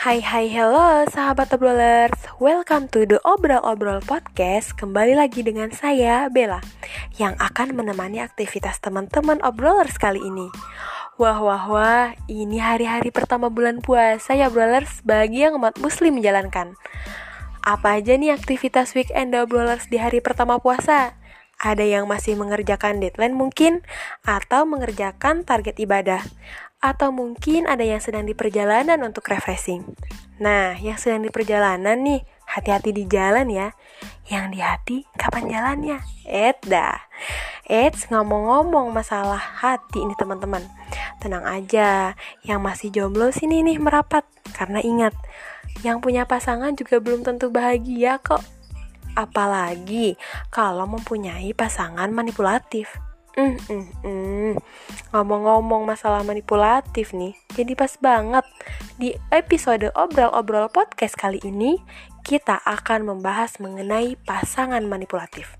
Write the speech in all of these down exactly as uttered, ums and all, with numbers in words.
Hai hai hello sahabat obrolers, welcome to the Obrol-Obrol Podcast. Kembali lagi dengan saya Bella yang akan menemani aktivitas teman-teman obrolers kali ini. Wah wah wah, ini hari-hari pertama bulan puasa ya obrolers bagi yang umat muslim menjalankan. Apa aja nih aktivitas weekend obrolers di hari pertama puasa? Ada yang masih mengerjakan deadline mungkin, atau mengerjakan target ibadah, atau mungkin ada yang sedang di perjalanan untuk refreshing. Nah, yang sedang di perjalanan nih, hati-hati di jalan ya. Yang di hati, kapan jalannya? Et dah. Eits, ngomong-ngomong masalah hati nih teman-teman. Tenang aja, yang masih jomblo sini nih merapat. Karena ingat, yang punya pasangan juga belum tentu bahagia kok. Apalagi kalau mempunyai pasangan manipulatif. Mm, mm, mm. Ngomong-ngomong masalah manipulatif nih, jadi pas banget di episode Obrol-Obrol Podcast kali ini kita akan membahas mengenai pasangan manipulatif.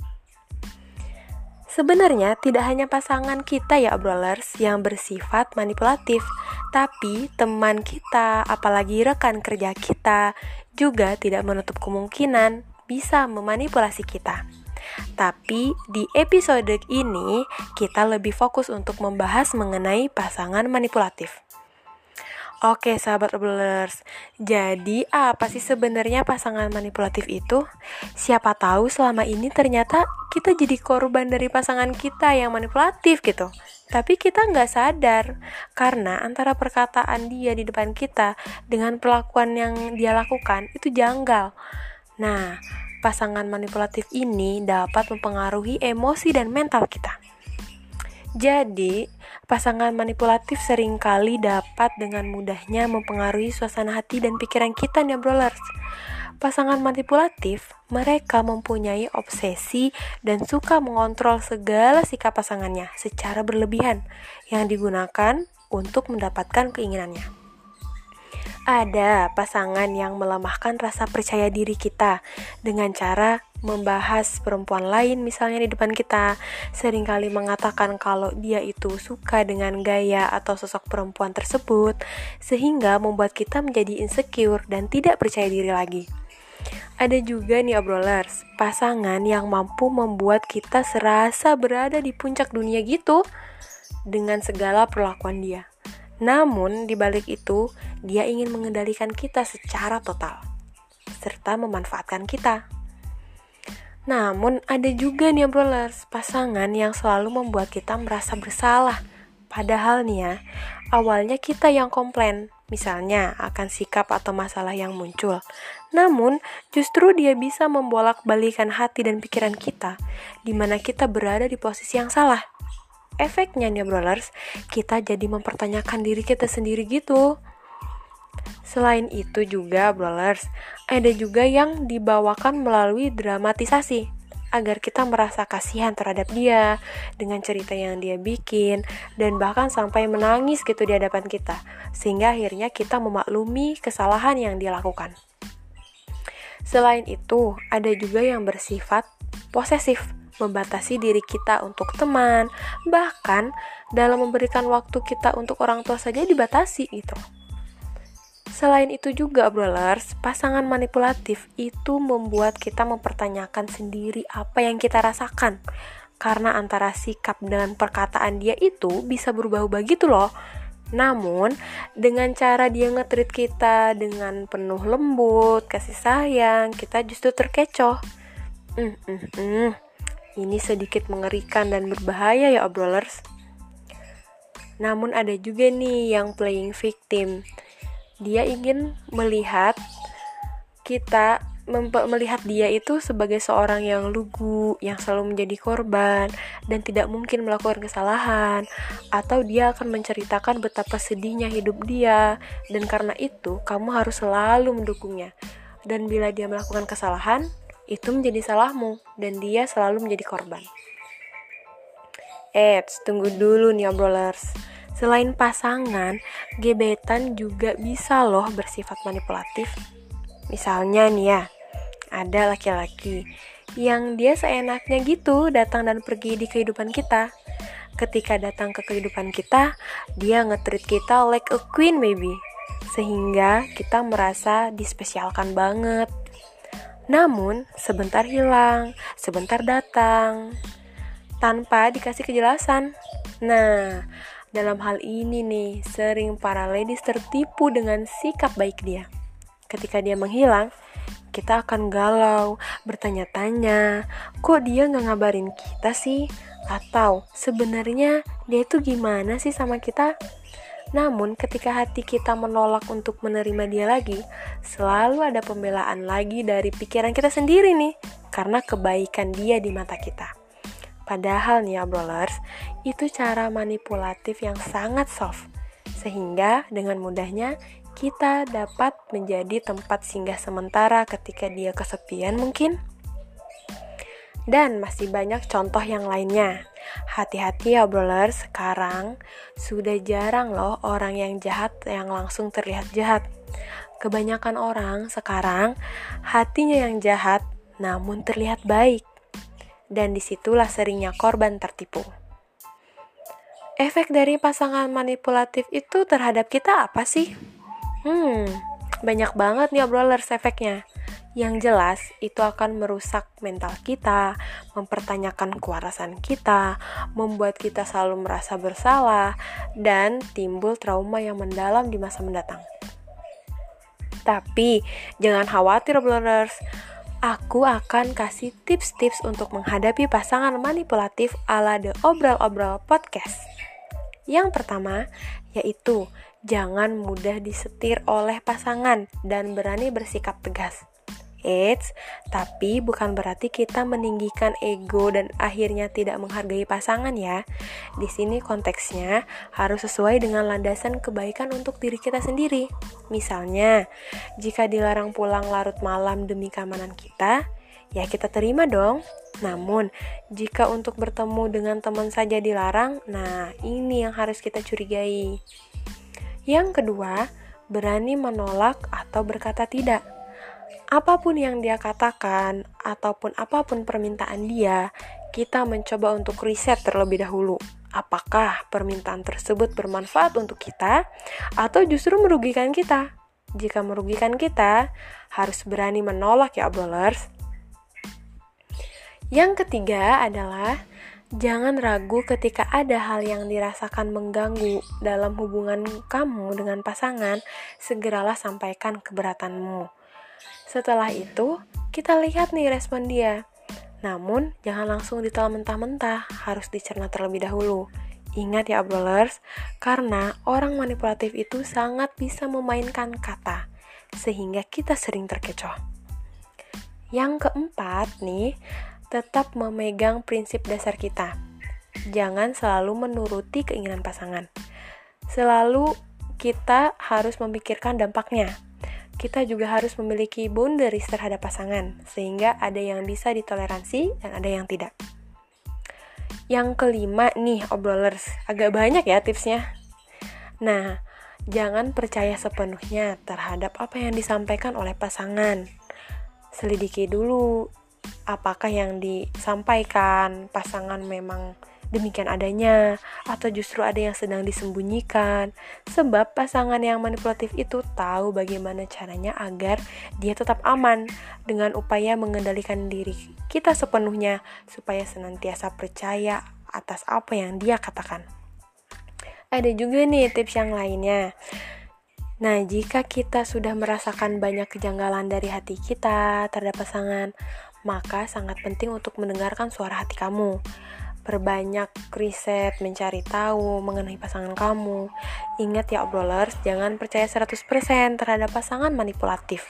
Sebenarnya tidak hanya pasangan kita ya obrolers yang bersifat manipulatif, tapi teman kita, apalagi rekan kerja kita juga tidak menutup kemungkinan bisa memanipulasi kita. Tapi di episode ini kita lebih fokus untuk membahas mengenai pasangan manipulatif. Oke sahabat obrolers, jadi apa sih sebenarnya pasangan manipulatif itu? Siapa tahu selama ini ternyata kita jadi korban dari pasangan kita yang manipulatif gitu. Tapi kita nggak sadar, karena antara perkataan dia di depan kita dengan perlakuan yang dia lakukan itu janggal. Nah, pasangan manipulatif ini dapat mempengaruhi emosi dan mental kita. Jadi, pasangan manipulatif seringkali dapat dengan mudahnya mempengaruhi suasana hati dan pikiran kita nih obrolers. Pasangan manipulatif, mereka mempunyai obsesi dan suka mengontrol segala sikap pasangannya secara berlebihan yang digunakan untuk mendapatkan keinginannya. Ada pasangan yang melemahkan rasa percaya diri kita dengan cara membahas perempuan lain misalnya di depan kita, seringkali mengatakan kalau dia itu suka dengan gaya atau sosok perempuan tersebut, sehingga membuat kita menjadi insecure dan tidak percaya diri lagi. Ada juga nih obrolers, pasangan yang mampu membuat kita serasa berada di puncak dunia gitu dengan segala perlakuan dia. Namun, di balik itu, dia ingin mengendalikan kita secara total, serta memanfaatkan kita. Namun, ada juga nih obrolers, pasangan yang selalu membuat kita merasa bersalah. Padahal nih ya, awalnya kita yang komplain, misalnya akan sikap atau masalah yang muncul. Namun, justru dia bisa membolak-balikan hati dan pikiran kita, di mana kita berada di posisi yang salah. Efeknya nih obrolers, kita jadi mempertanyakan diri kita sendiri gitu. Selain itu juga obrolers, ada juga yang dibawakan melalui dramatisasi agar kita merasa kasihan terhadap dia dengan cerita yang dia bikin dan bahkan sampai menangis gitu di hadapan kita, sehingga akhirnya kita memaklumi kesalahan yang dia lakukan. Selain itu, ada juga yang bersifat posesif, membatasi diri kita untuk teman, bahkan dalam memberikan waktu kita untuk orang tua saja dibatasi gitu. Selain itu juga obrolers, pasangan manipulatif itu membuat kita mempertanyakan sendiri apa yang kita rasakan, karena antara sikap dan perkataan dia itu bisa berubah-ubah gitu loh. Namun, dengan cara dia nge-treat kita dengan penuh lembut, kasih sayang, kita justru terkecoh. Hmm, hmm, hmm. Ini sedikit mengerikan dan berbahaya ya obrolers. Namun ada juga nih yang playing victim. Dia ingin melihat kita mempe- melihat dia itu sebagai seorang yang lugu, yang selalu menjadi korban dan tidak mungkin melakukan kesalahan, atau dia akan menceritakan betapa sedihnya hidup dia dan karena itu kamu harus selalu mendukungnya. Dan bila dia melakukan kesalahan, itu menjadi salahmu dan dia selalu menjadi korban. Eits, tunggu dulu nih obrolers. Selain pasangan, gebetan juga bisa loh bersifat manipulatif. Misalnya nih ya, ada laki-laki yang dia seenaknya gitu datang dan pergi di kehidupan kita. Ketika datang ke kehidupan kita, dia nge-treat kita like a queen baby. sehingga kita merasa dispesialkan banget. Namun, sebentar hilang, sebentar datang, tanpa dikasih kejelasan. Nah, dalam hal ini nih, sering para ladies tertipu dengan sikap baik dia. Ketika dia menghilang, kita akan galau, bertanya-tanya, kok dia gak ngabarin kita sih? Atau sebenarnya dia itu gimana sih sama kita? Namun ketika hati kita menolak untuk menerima dia lagi, selalu ada pembelaan lagi dari pikiran kita sendiri nih, karena kebaikan dia di mata kita. Padahal nih ya brolers, itu cara manipulatif yang sangat soft, sehingga dengan mudahnya kita dapat menjadi tempat singgah sementara ketika dia kesepian mungkin. Dan masih banyak contoh yang lainnya. Hati-hati ya brolers, sekarang sudah jarang loh orang yang jahat yang langsung terlihat jahat. Kebanyakan orang sekarang hatinya yang jahat namun terlihat baik. Dan disitulah seringnya korban tertipu. Efek dari pasangan manipulatif itu terhadap kita apa sih? Hmm, banyak banget nih brolers efeknya. Yang jelas, itu akan merusak mental kita, mempertanyakan kewarasan kita, membuat kita selalu merasa bersalah, dan timbul trauma yang mendalam di masa mendatang. Tapi, jangan khawatir brolers, aku akan kasih tips-tips untuk menghadapi pasangan manipulatif ala The Obrol-Obrol Podcast. Yang pertama, yaitu jangan mudah disetir oleh pasangan dan berani bersikap tegas. Eits, tapi bukan berarti kita meninggikan ego dan akhirnya tidak menghargai pasangan ya. Di sini konteksnya harus sesuai dengan landasan kebaikan untuk diri kita sendiri. Misalnya, jika dilarang pulang larut malam demi keamanan kita, ya kita terima dong. Namun, jika untuk bertemu dengan teman saja dilarang, nah ini yang harus kita curigai. Yang kedua, berani menolak atau berkata tidak. Apapun yang dia katakan, ataupun apapun permintaan dia, kita mencoba untuk riset terlebih dahulu. Apakah permintaan tersebut bermanfaat untuk kita, atau justru merugikan kita? Jika merugikan kita, harus berani menolak ya brolers. Yang ketiga adalah jangan ragu ketika ada hal yang dirasakan mengganggu dalam hubungan kamu dengan pasangan, segeralah sampaikan keberatanmu. Setelah itu, kita lihat nih respon dia. Namun, jangan langsung ditelan mentah-mentah, harus dicerna terlebih dahulu. Ingat ya brolers, karena orang manipulatif itu sangat bisa memainkan kata, sehingga kita sering terkecoh. Yang keempat nih, tetap memegang prinsip dasar kita. Jangan selalu menuruti keinginan pasangan. Selalu kita harus memikirkan dampaknya. Kita juga harus memiliki boundaries terhadap pasangan, sehingga ada yang bisa ditoleransi dan ada yang tidak. Yang kelima nih, obrolers, agak banyak ya tipsnya. Nah, jangan percaya sepenuhnya terhadap apa yang disampaikan oleh pasangan. Selidiki dulu, apakah yang disampaikan pasangan memang demikian adanya, atau justru ada yang sedang disembunyikan. Sebab pasangan yang manipulatif itu tahu bagaimana caranya agar dia tetap aman dengan upaya mengendalikan diri kita sepenuhnya supaya senantiasa percaya atas apa yang dia katakan. Ada juga nih tips yang lainnya. Nah, jika kita sudah merasakan banyak kejanggalan dari hati kita terhadap pasangan, maka sangat penting untuk mendengarkan suara hati kamu. Perbanyak riset, mencari tahu mengenai pasangan kamu. Ingat ya obrolers, jangan percaya seratus persen terhadap pasangan manipulatif.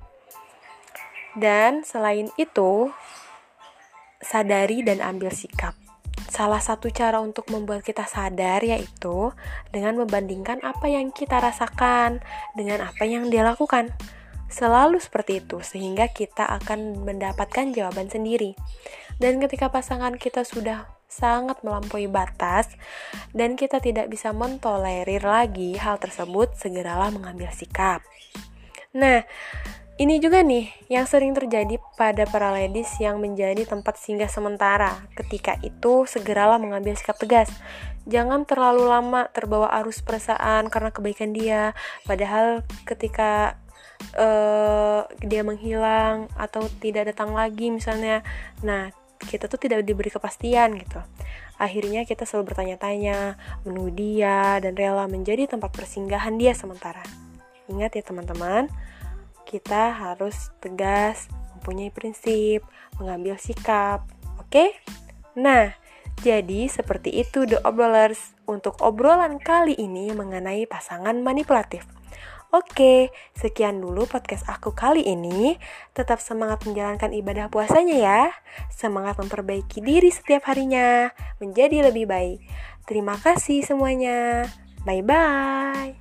Dan selain itu, sadari dan ambil sikap. Salah satu cara untuk membuat kita sadar yaitu dengan membandingkan apa yang kita rasakan dengan apa yang dia lakukan. Selalu seperti itu, sehingga kita akan mendapatkan jawaban sendiri. Dan ketika pasangan kita sudah sangat melampaui batas dan kita tidak bisa mentolerir lagi hal tersebut, segeralah mengambil sikap. Nah, ini juga nih yang sering terjadi pada para ladies yang menjadi tempat singgah sementara. Ketika itu segeralah mengambil sikap tegas. Jangan terlalu lama terbawa arus perasaan karena kebaikan dia. Padahal ketika uh, dia menghilang atau tidak datang lagi misalnya, nah kita tuh tidak diberi kepastian gitu. Akhirnya kita selalu bertanya-tanya, menunggu dia, dan rela menjadi tempat persinggahan dia sementara. Ingat ya teman-teman, kita harus tegas, mempunyai prinsip, mengambil sikap. Oke? Nah, jadi seperti itu The Obrolers untuk obrolan kali ini mengenai pasangan manipulatif. Oke, sekian dulu podcast aku kali ini. Tetap semangat menjalankan ibadah puasanya ya. Semangat memperbaiki diri setiap harinya menjadi lebih baik. Terima kasih semuanya. Bye-bye.